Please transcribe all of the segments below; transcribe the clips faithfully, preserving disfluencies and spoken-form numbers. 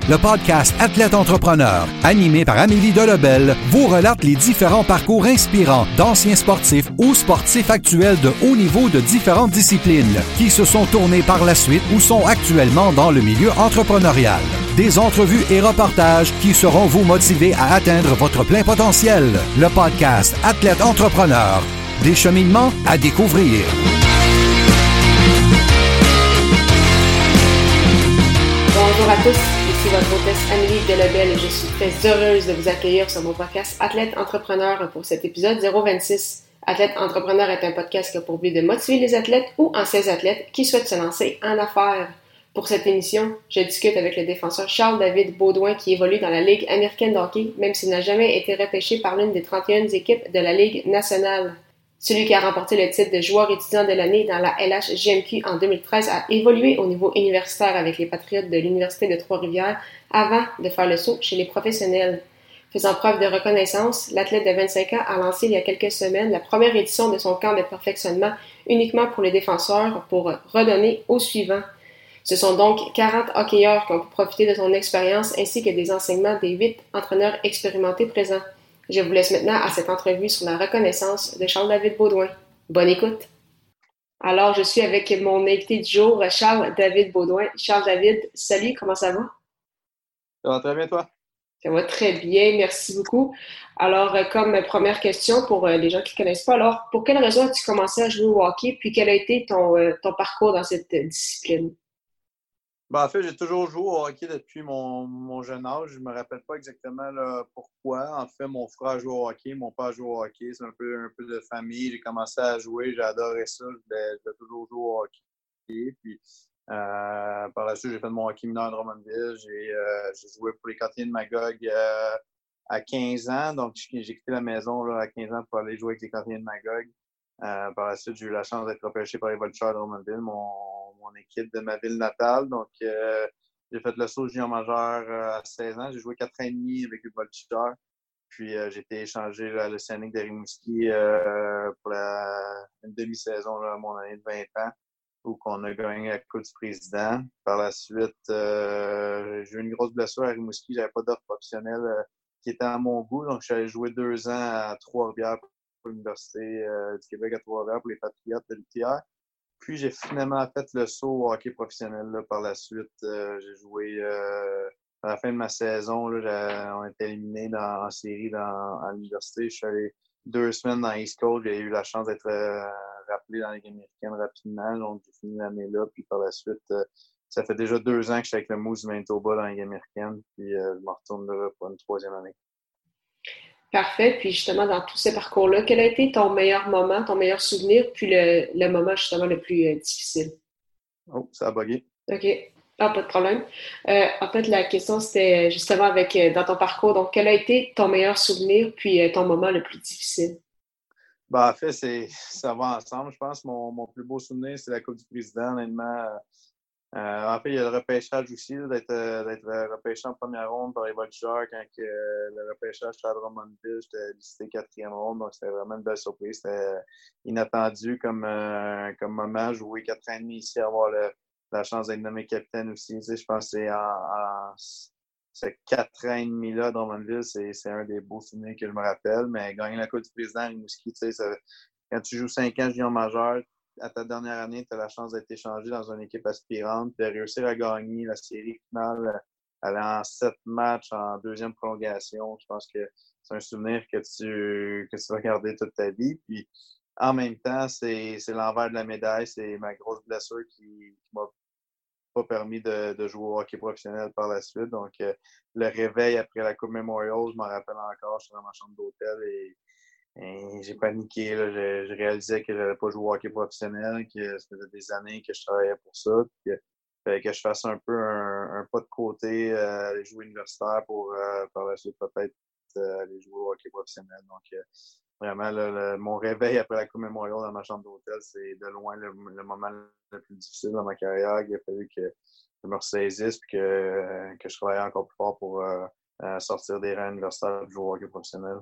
Le podcast Athlète Entrepreneur, animé par Amélie Delebel, vous relate les différents parcours inspirants d'anciens sportifs ou sportifs actuels de haut niveau de différentes disciplines qui se sont tournés par la suite ou sont actuellement dans le milieu entrepreneurial. Des entrevues et reportages qui seront vous motiver à atteindre votre plein potentiel. Le podcast Athlète Entrepreneur, des cheminements à découvrir. Bonjour à tous, ici votre hôtesse Amélie Delebel et je suis très heureuse de vous accueillir sur mon podcast Athlète Entrepreneur pour cet épisode zéro vingt-six. Athlète Entrepreneur est un podcast qui a pour but de motiver les athlètes ou anciens athlètes qui souhaitent se lancer en affaires. Pour cette émission, je discute avec le défenseur Charles-David Baudouin qui évolue dans la Ligue américaine de hockey, même s'il n'a jamais été repêché par l'une des trente et une équipes de la Ligue nationale. Celui qui a remporté le titre de joueur étudiant de l'année dans la L H G M Q en deux mille treize a évolué au niveau universitaire avec les Patriotes de l'Université de Trois-Rivières avant de faire le saut chez les professionnels. Faisant preuve de reconnaissance, l'athlète de vingt-cinq ans a lancé il y a quelques semaines la première édition de son camp de perfectionnement uniquement pour les défenseurs pour redonner aux suivants. Ce sont donc quarante hockeyeurs qui ont pu profiter de son expérience ainsi que des enseignements des huit entraîneurs expérimentés présents. Je vous laisse maintenant à cette entrevue sur la reconnaissance de Charles-David Baudouin. Bonne écoute! Alors, je suis avec mon invité du jour, Charles-David Baudouin. Charles-David, salut, comment ça va? Ça va très bien, toi? Ça va très bien, merci beaucoup. Alors, comme première question pour les gens qui ne connaissent pas, alors, pour quelle raison as-tu commencé à jouer au hockey, puis quel a été ton, ton parcours dans cette discipline? Ben, en fait, j'ai toujours joué au hockey depuis mon, mon jeune âge. Je ne me rappelle pas exactement là, pourquoi. En fait, mon frère joue au hockey, mon père joue au hockey. C'est un peu, un peu de famille. J'ai commencé à jouer, j'ai adoré ça. Je voulais, je voulais toujours jouer au hockey. Puis, euh, par la suite, j'ai fait mon hockey mineur à Drummondville. J'ai, euh, j'ai joué pour les Canadiens de Magog euh, à quinze ans. Donc, j'ai quitté la maison là, à quinze ans pour aller jouer avec les Canadiens de Magog. Euh, par la suite, j'ai eu la chance d'être repêché par les Vultures de Drummondville, mon, mon équipe de ma ville natale. Donc, euh, j'ai fait le saut junior majeur euh, à seize ans. J'ai joué quatre ans et demi avec les Vultures. Puis, euh, j'ai été échangé là, à l'Océanique de Rimouski euh, pour la, une demi-saison là, à mon année de vingt ans, où on a gagné la Coupe du Président. Par la suite, euh, j'ai eu une grosse blessure à Rimouski. J'avais pas d'offre professionnelle euh, qui était à mon goût. Donc, je suis allé jouer deux ans à Trois-Rivières pour l'Université euh, du Québec à Trois-Rivières pour les Patriotes de l'U T R. Puis, j'ai finalement fait le saut au hockey professionnel là, par la suite. Euh, j'ai joué euh, à la fin de ma saison. Là, on était éliminés dans, en série dans, à l'université. Je suis allé deux semaines dans East Coast. J'ai eu la chance d'être euh, rappelé dans la Ligue américaine rapidement. Donc, j'ai fini l'année là. Puis, par la suite, euh, ça fait déjà deux ans que je suis avec le Moose du Manitoba dans la Ligue américaine. Puis, euh, je me retourne là pour une troisième année. Parfait. Puis justement, dans tous ces parcours-là, quel a été ton meilleur moment, ton meilleur souvenir, puis le, le moment justement le plus euh, difficile? Oh, ça a bugué. OK. Ah, pas de problème. Euh, en fait, la question, c'était justement avec euh, dans ton parcours. Donc, quel a été ton meilleur souvenir, puis euh, ton moment le plus difficile? Ben, en fait, c'est, ça va ensemble. Je pense que mon, mon plus beau souvenir, c'est la Coupe du Président, honnêtement. Euh, en fait, il y a le repêchage aussi, là, d'être, d'être repêché en première ronde par les Vultures quand que, euh, le repêchage était à Drummondville. J'étais listé quatrième ronde, donc c'était vraiment une belle surprise. C'était inattendu comme, euh, comme moment. Jouer quatre ans et demi ici, avoir le, la chance d'être nommé capitaine aussi. Tu sais, je pense que c'est en, en ces quatre ans et demi-là à Drummondville, c'est, c'est un des beaux souvenirs que je me rappelle. Mais gagner la Coupe du Président à Rimouski, tu sais, ça, quand tu joues cinq ans junior majeur, à ta dernière année, tu as la chance d'être échangé dans une équipe aspirante, de réussir à gagner la série finale, aller en sept matchs en deuxième prolongation. Je pense que c'est un souvenir que tu, que tu vas garder toute ta vie. Puis, en même temps, c'est, c'est l'envers de la médaille. C'est ma grosse blessure qui, qui m'a pas permis de, de jouer au hockey professionnel par la suite. Donc, euh, le réveil après la Coupe Memorial, je m'en rappelle encore, je suis dans ma chambre d'hôtel et Et j'ai paniqué, là. Je, je réalisais que je n'allais pas jouer au hockey professionnel, que ça faisait des années que je travaillais pour ça, puis que fallait que je fasse un peu un, un pas de côté, euh, aller jouer universitaire pour euh, par la suite peut-être euh, aller jouer au hockey professionnel. Donc euh, vraiment, là, le, mon réveil après la Coupe Memorial dans ma chambre d'hôtel, c'est de loin le, le moment le plus difficile dans ma carrière. Il a fallu que je me ressaisisse et que, euh, que je travaille encore plus fort pour euh, euh, sortir des rangs universitaires et jouer au hockey professionnel.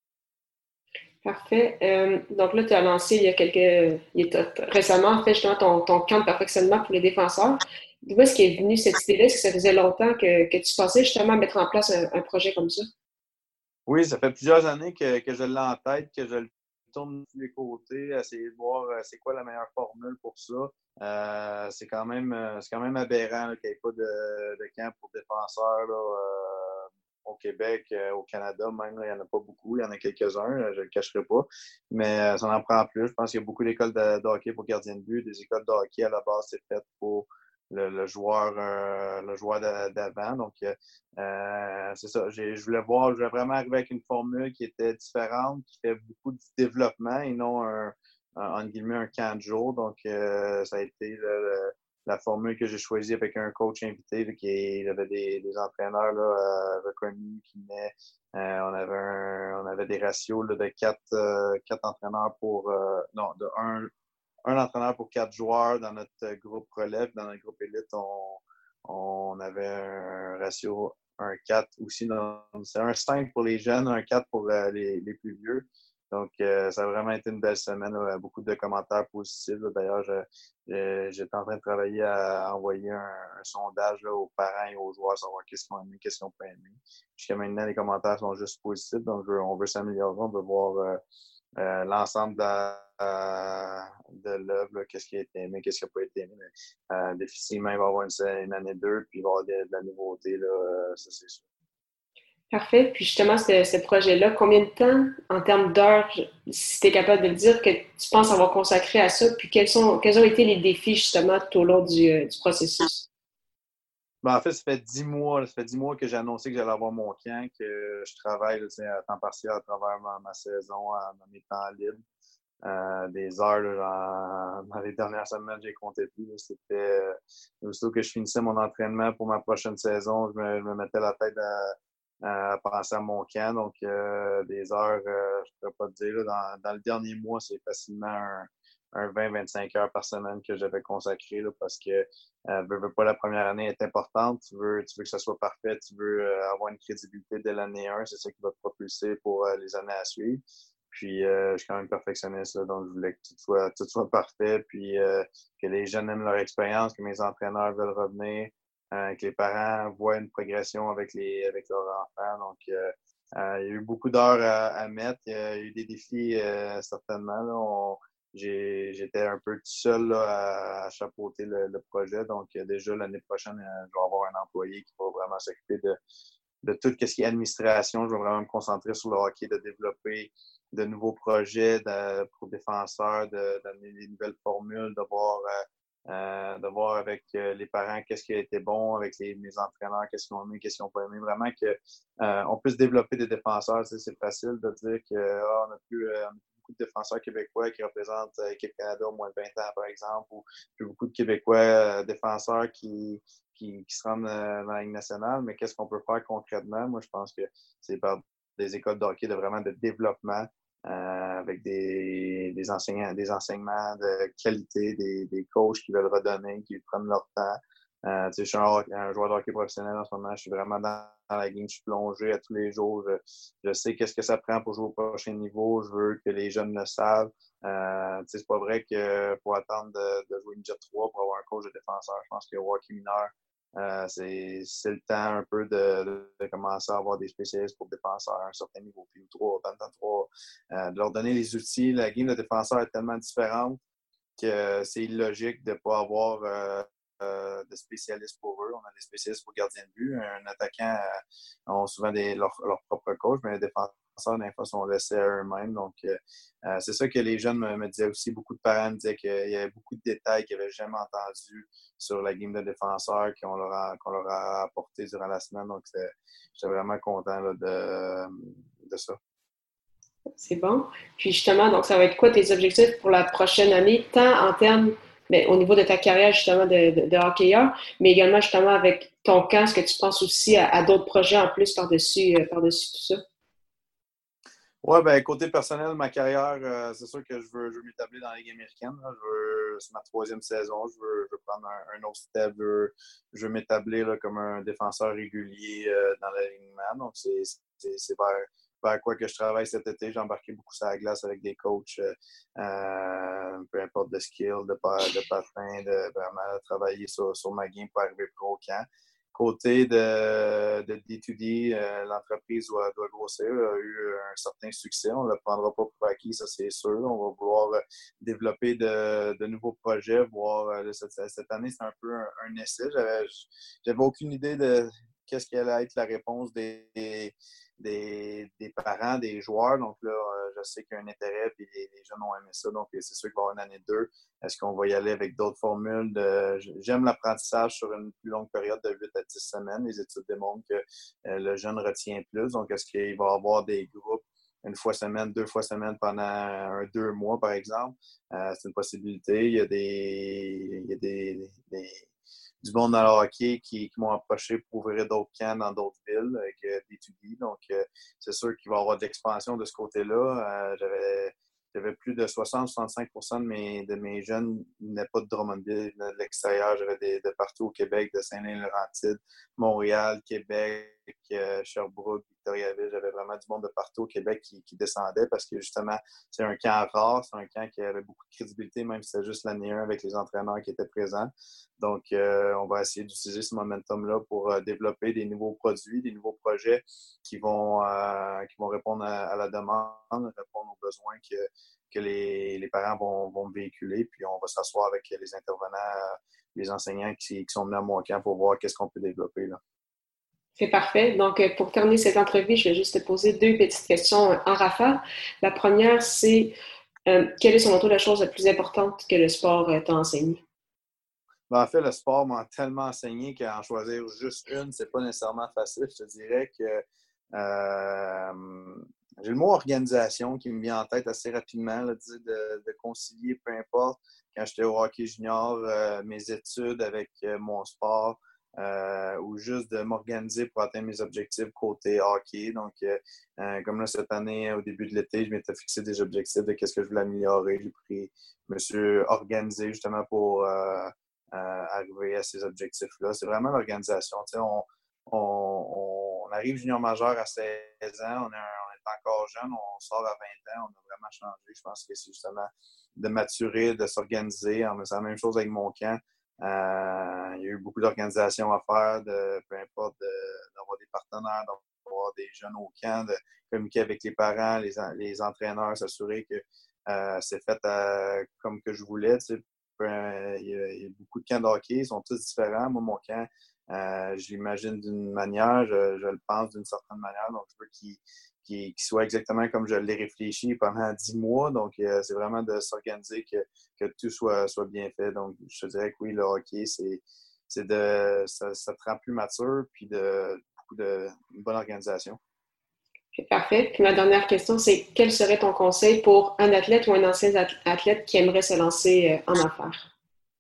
Parfait. Euh, donc là, tu as lancé il y a quelques... Il y a récemment, en fait, justement, ton, ton camp de perfectionnement pour les défenseurs. D'où est-ce qu'est venue cette idée-là? Est-ce que ça faisait longtemps que, que tu pensais justement mettre en place un, un projet comme ça? Oui, ça fait plusieurs années que, que je l'ai en tête, que je le tourne de tous les côtés, essayer de voir euh, c'est quoi la meilleure formule pour ça. Euh, c'est quand même euh, c'est quand même aberrant là, qu'il n'y ait pas de, de camp pour défenseurs là, euh, au Québec, euh, au Canada même. Là, il n'y en a pas beaucoup, il y en a quelques-uns, là, je ne le cacherai pas. Mais euh, ça en prend plus. Je pense qu'il y a beaucoup d'écoles de, de hockey pour gardien de but. Des écoles de hockey, à la base, c'est fait pour le, le joueur euh, le joueur d'avant. Donc, euh, c'est ça. J'ai, je voulais voir, je voulais vraiment arriver avec une formule qui était différente, qui fait beaucoup de développement et non un, un entre guillemets, un camp de jour. Donc, euh, ça a été le, le, la formule que j'ai choisie avec un coach invité, là, qui il avait des, des entraîneurs là, euh, reconnus qui venaient. Euh, on avait un, on avait des ratios là, de quatre, euh, quatre entraîneurs pour euh, non, de un, un entraîneur pour quatre joueurs dans notre groupe relève. Dans notre groupe élite, on, on avait un ratio un quatre aussi. C'est un cinq pour les jeunes, un quatre pour euh, les, les plus vieux. Donc, euh, ça a vraiment été une belle semaine. Là, beaucoup de commentaires positifs. Là. D'ailleurs, je, je, j'étais en train de travailler à envoyer un, un sondage là, aux parents et aux joueurs, savoir qu'est-ce qu'ils ont aimé, qu'est-ce qu'ils n'ont pas aimé. Jusqu'à maintenant, les commentaires sont juste positifs. Donc, on veut, on veut s'améliorer. On veut voir euh, euh, l'ensemble de, la, de l'œuvre, qu'est-ce qui a été aimé, qu'est-ce qui n'a pas été aimé. Mais, euh, définitivement, il va y avoir une, une année deux, puis il va y avoir de, de la nouveauté. Là, euh, ça, c'est sûr. Parfait. Puis justement, ce, ce projet-là, combien de temps, en termes d'heures, si tu es capable de le dire, que tu penses avoir consacré à ça, puis quels sont quels ont été les défis justement tout au long du, euh, du processus? Ben, en fait, ça fait dix mois, là, ça fait dix mois que j'ai annoncé que j'allais avoir mon camp, que je travaille là, à temps partiel à travers ma, ma saison, à, dans mes temps libres. Euh, des heures, là, genre, dans les dernières semaines, j'ai compté plus. Là, c'était euh, aussitôt que je finissais mon entraînement pour ma prochaine saison, je me, je me mettais la tête à, à penser à mon camp. Donc, euh, des heures, euh, je ne pourrais pas te dire. Là, dans, dans le dernier mois, c'est facilement un, un vingt à vingt-cinq heures par semaine que j'avais consacré là, parce que euh, veux, veux pas, la première année est importante. Tu veux, tu veux que ça soit parfait. Tu veux euh, avoir une crédibilité dès l'année un. C'est ça qui va te propulser pour euh, les années à suivre. Puis, euh, je suis quand même perfectionniste, là, donc je voulais que tout soit, tout soit parfait, puis euh, que les jeunes aiment leur expérience, que mes entraîneurs veulent revenir, euh, que les parents voient une progression avec, les, avec leurs enfants. Donc, euh, euh, il y a eu beaucoup d'heures à, à mettre. Il y a eu des défis, euh, certainement. Là. On, j'ai, j'étais un peu tout seul là, à, à chapeauter le, le projet. Donc, euh, déjà, l'année prochaine, euh, je vais avoir un employé qui va vraiment s'occuper de, de tout ce qui est administration. Je vais vraiment me concentrer sur le hockey, de développer de nouveaux projets de, pour défenseurs, de, d'amener des nouvelles formules, de voir, euh, euh, de voir avec euh, les parents qu'est-ce qui a été bon, avec les, mes entraîneurs, qu'est-ce qu'ils ont aimé, qu'est-ce qu'ils n'ont pas aimé. Vraiment qu'on euh, puisse développer des défenseurs. Tu sais, c'est facile de dire qu'on oh, n'a plus, euh, beaucoup de défenseurs québécois qui représentent l'équipe euh, Canada au moins de vingt ans, par exemple, ou plus beaucoup de Québécois euh, défenseurs qui, qui, qui se rendent euh, dans la Ligue nationale. Mais qu'est-ce qu'on peut faire concrètement? Moi, je pense que c'est par des écoles de hockey de vraiment de développement. Euh, avec des, des, enseignants, des enseignements de qualité, des, des coachs qui veulent redonner, qui prennent leur temps. Euh, je suis un, un joueur de hockey professionnel en ce moment. Je suis vraiment dans, dans la game. Je suis plongé à tous les jours. Je, je sais qu'est-ce que ça prend pour jouer au prochain niveau. Je veux que les jeunes le savent. Euh, c'est pas vrai que pour attendre de, de jouer une Jet trois pour avoir un coach de défenseur, je pense que le hockey mineur, Euh, c'est, c'est le temps un peu de, de, de commencer à avoir des spécialistes pour défenseurs à un certain niveau, puis ou trois, vingt-trois, euh, de leur donner les outils. La game de défenseur est tellement différente que c'est illogique de ne pas avoir euh, euh, de spécialistes pour eux. On a des spécialistes pour gardien de but. Un attaquant euh, ont souvent des, leur, leur propre coach, mais les défenseurs, des fois, sont laissés à eux-mêmes. Donc, euh, c'est ça que les jeunes me, me disaient aussi. Beaucoup de parents me disaient qu'il y avait beaucoup de détails qu'ils n'avaient jamais entendus sur la game de défenseurs qu'on leur a, qu'on leur a apporté durant la semaine. Donc, j'étais vraiment content là, de, de ça. C'est bon. Puis justement, donc ça va être quoi tes objectifs pour la prochaine année, tant en termes, bien, au niveau de ta carrière justement de, de, de hockeyeur, mais également justement avec ton camp, est-ce que tu penses aussi à, à d'autres projets en plus par-dessus, euh, par-dessus tout ça? Oui, ben côté personnel, ma carrière, euh, c'est sûr que je veux, je veux m'établir dans la Ligue américaine. Là. Je veux, c'est ma troisième saison. Je veux, je veux prendre un, un autre step. Je veux, je veux m'établir là, comme un défenseur régulier euh, dans l'alignement. Donc, c'est, c'est, c'est vers, vers quoi que je travaille cet été. J'ai embarqué beaucoup sur la glace avec des coachs, euh, peu importe de skill, de, de patin, de vraiment travailler sur, sur ma game pour arriver pro au camp. Côté de, de D deux D, euh, l'entreprise doit, doit grossir, a eu un certain succès. On ne le prendra pas pour acquis, ça c'est sûr. On va vouloir euh, développer de, de nouveaux projets, voir euh, cette, cette année, c'est un peu un, un essai. J'avais, j'avais aucune idée de qu'est-ce qui allait être la réponse des, des, des parents, des joueurs. Donc là, euh, je sais qu'il y a un intérêt et les, les jeunes ont aimé ça. Donc c'est sûr qu'il va y avoir une année deux. Est-ce qu'on va y aller avec d'autres formules? De... J'aime l'apprentissage sur une plus longue période de huit à dix semaines. Les études démontrent que euh, le jeune retient plus. Donc, est-ce qu'il va y avoir des groupes une fois semaine, deux fois semaine pendant un, deux mois, par exemple? Euh, c'est une possibilité. Il y a des, il y a des, des du monde dans le hockey qui, qui m'ont approché pour ouvrir d'autres camps dans d'autres villes avec euh, des D deux D. Donc, euh, c'est sûr qu'il va y avoir de l'expansion de ce côté-là. Euh, j'avais, j'avais plus de soixante à soixante-cinq pour cent de mes, de mes jeunes n'étaient pas de Drummondville, ils venaient de l'extérieur. J'avais des, de partout au Québec, de Saint-Lin-Laurentide, Montréal, Québec, euh, Sherbrooke, Victoriaville. J'avais vraiment du monde de partout au Québec qui, qui descendait parce que justement, c'est un camp rare, c'est un camp qui avait beaucoup de crédibilité, même si c'était juste l'année un avec les entraîneurs qui étaient présents. Donc, euh, on va essayer d'utiliser ce momentum-là pour euh, développer des nouveaux produits, des nouveaux projets qui vont, euh, qui vont répondre à, à la demande, répondre aux besoins que, que les, les parents vont, vont véhiculer. Puis, on va s'asseoir avec les intervenants, euh, les enseignants qui, qui sont venus à mon camp pour voir qu'est-ce qu'on peut développer là. C'est parfait. Donc, pour terminer cette entrevue, je vais juste te poser deux petites questions en rafale. La première, c'est euh, quelle est selon toi la chose la plus importante que le sport euh, t'a enseigné? Ben, en fait, le sport m'a tellement enseigné qu'en choisir juste une, c'est pas nécessairement facile. Je te dirais que euh, j'ai le mot organisation qui me vient en tête assez rapidement, là, de, de concilier, peu importe, quand j'étais au hockey junior, euh, mes études avec euh, mon sport, euh, ou juste de m'organiser pour atteindre mes objectifs côté hockey. Donc, euh, euh, comme là, cette année, au début de l'été, je m'étais fixé des objectifs de qu'est-ce que je voulais améliorer. J'ai pris, je me suis organisé justement pour euh, euh, arriver à ces objectifs-là. C'est vraiment l'organisation. Tu sais, on, on, on arrive junior majeur à seize ans, on est, un, on est encore jeune, on sort à vingt ans, on a vraiment changé. Je pense que c'est justement de maturer, de s'organiser. C'est la même chose avec mon camp. Euh, il y a eu beaucoup d'organisations à faire, de, peu importe, de, d'avoir des partenaires, d'avoir des jeunes au camp, de communiquer avec les parents, les, les entraîneurs, s'assurer que euh, c'est fait euh, comme que je voulais. Tu sais. Euh, il, y a, il y a beaucoup de camps de hockey, ils sont tous différents. Moi, mon camp, euh, je l'imagine d'une manière, je, je le pense d'une certaine manière, donc je veux qu'il Qui, qui soit exactement comme je l'ai réfléchi pendant dix mois. Donc, euh, c'est vraiment de s'organiser que, que tout soit, soit bien fait. Donc, je te dirais que oui, le hockey, c'est, c'est de, ça, ça te rend plus mature, puis de, beaucoup de, une bonne organisation. Parfait. Puis ma dernière question, c'est quel serait ton conseil pour un athlète ou un ancien athlète qui aimerait se lancer en affaires?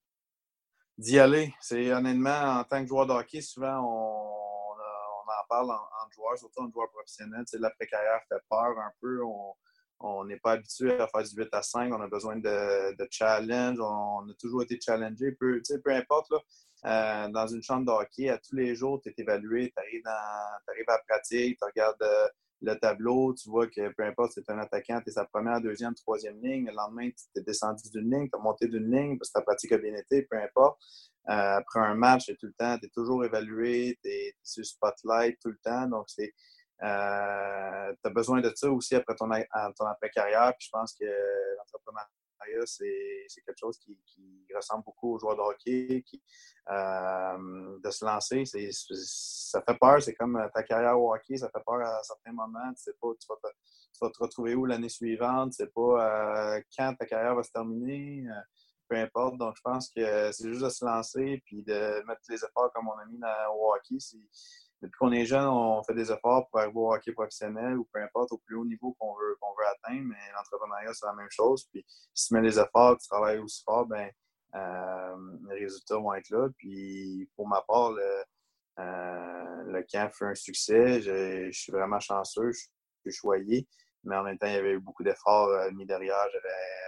D'y aller. C'est honnêtement, en tant que joueur de hockey, souvent, on, on en parle en, en joueur, surtout en joueur professionnel. Tu sais, l'après-carrière fait peur un peu. On, on n'est pas habitué à faire du huit à cinq. On a besoin de, de challenge. On, on a toujours été challengé. Peu, tu sais, peu importe, là, euh, dans une chambre de hockey, à tous les jours, tu es évalué. Tu arrives, arrives à la pratique, tu regardes euh, le tableau, tu vois que peu importe si tu es un attaquant, tu es sa première, deuxième, troisième ligne. Le lendemain, tu t'es descendu d'une ligne, tu as monté d'une ligne parce que ta pratique a bien été, peu importe. Euh, après un match, c'est tout le temps, tu es toujours évalué, tu es sur le spotlight tout le temps. Donc, c'est euh, tu as besoin de ça aussi après ton, ton après-carrière. Puis je pense que l'entrepreneuriat, c'est, c'est quelque chose qui, qui ressemble beaucoup aux joueurs de hockey. Qui, euh, de se lancer, c'est, ça fait peur. C'est comme ta carrière au hockey, ça fait peur à certains moments. Tu sais pas, tu vas te, tu vas te retrouver où l'année suivante. Tu sais pas euh, quand ta carrière va se terminer. Euh, peu importe. Donc, je pense que c'est juste de se lancer puis de mettre les efforts comme on a mis dans, au hockey. C'est, depuis qu'on est jeune, on fait des efforts pour arriver au hockey professionnel ou peu importe, au plus haut niveau qu'on veut, qu'on veut atteindre. Mais l'entrepreneuriat, c'est la même chose. Puis, si tu mets les efforts, tu travailles aussi fort, ben euh, les résultats vont être là. Puis, pour ma part, le, euh, le camp fait un succès. Je, je suis vraiment chanceux. Je, je suis choyé. Mais en même temps, il y avait eu beaucoup d'efforts euh, mis derrière. J'avais regroupé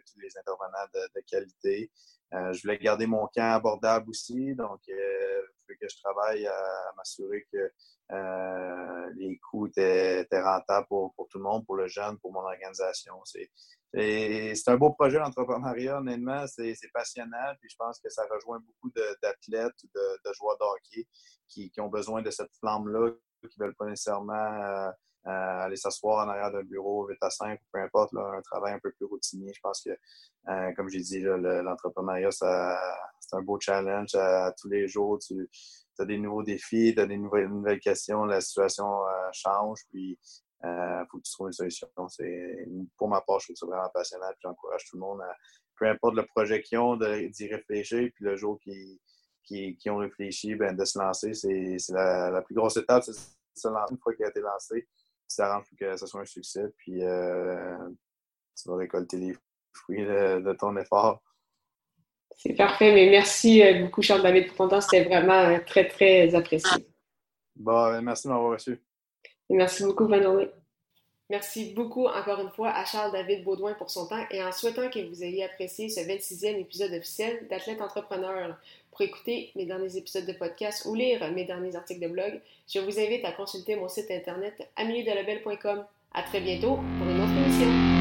tous les intervenants de, de qualité. Euh, je voulais garder mon camp abordable aussi, donc euh, je voulais que je travaille à, à m'assurer que euh, les coûts étaient, étaient rentables pour, pour tout le monde, pour le jeune, pour mon organisation. C'est, c'est, c'est un beau projet d'entrepreneuriat, honnêtement, c'est, c'est passionnant, puis je pense que ça rejoint beaucoup de, d'athlètes, de, de joueurs de hockey qui, qui ont besoin de cette flamme-là, qui ne veulent pas nécessairement euh, euh, aller s'asseoir en arrière d'un bureau huit à cinq ou peu importe, là, un travail un peu plus routinier. Je pense que, euh, comme j'ai dit, là, le, l'entrepreneuriat, ça, c'est un beau challenge. À, à tous les jours, tu as des nouveaux défis, tu as des nouvelles, nouvelles questions, la situation euh, change, puis il euh, faut que tu trouves une solution. C'est, pour ma part, je trouve ça vraiment passionnant, puis j'encourage tout le monde, à, peu importe le projet qu'ils ont, de, d'y réfléchir, puis le jour qu'ils, qu'ils, qu'ils ont réfléchi, ben, de se lancer. C'est, c'est la, la plus grosse étape, c'est de se lancer. Une fois qu'il a été lancé, tu t'arranges pour que ce soit un succès, puis euh, tu vas récolter les fruits de, de ton effort. C'est parfait, mais merci beaucoup, Charles-David, pour ton temps. C'était vraiment très, très apprécié. Bon, merci de m'avoir reçu. Et merci beaucoup, bonne journée. Merci beaucoup encore une fois à Charles-David Beaudoin pour son temps et en souhaitant que vous ayez apprécié ce vingt-sixième épisode officiel d'Athlète Entrepreneur. Pour écouter mes derniers épisodes de podcast ou lire mes derniers articles de blog, je vous invite à consulter mon site internet amélie delobel point com. À très bientôt pour une autre émission.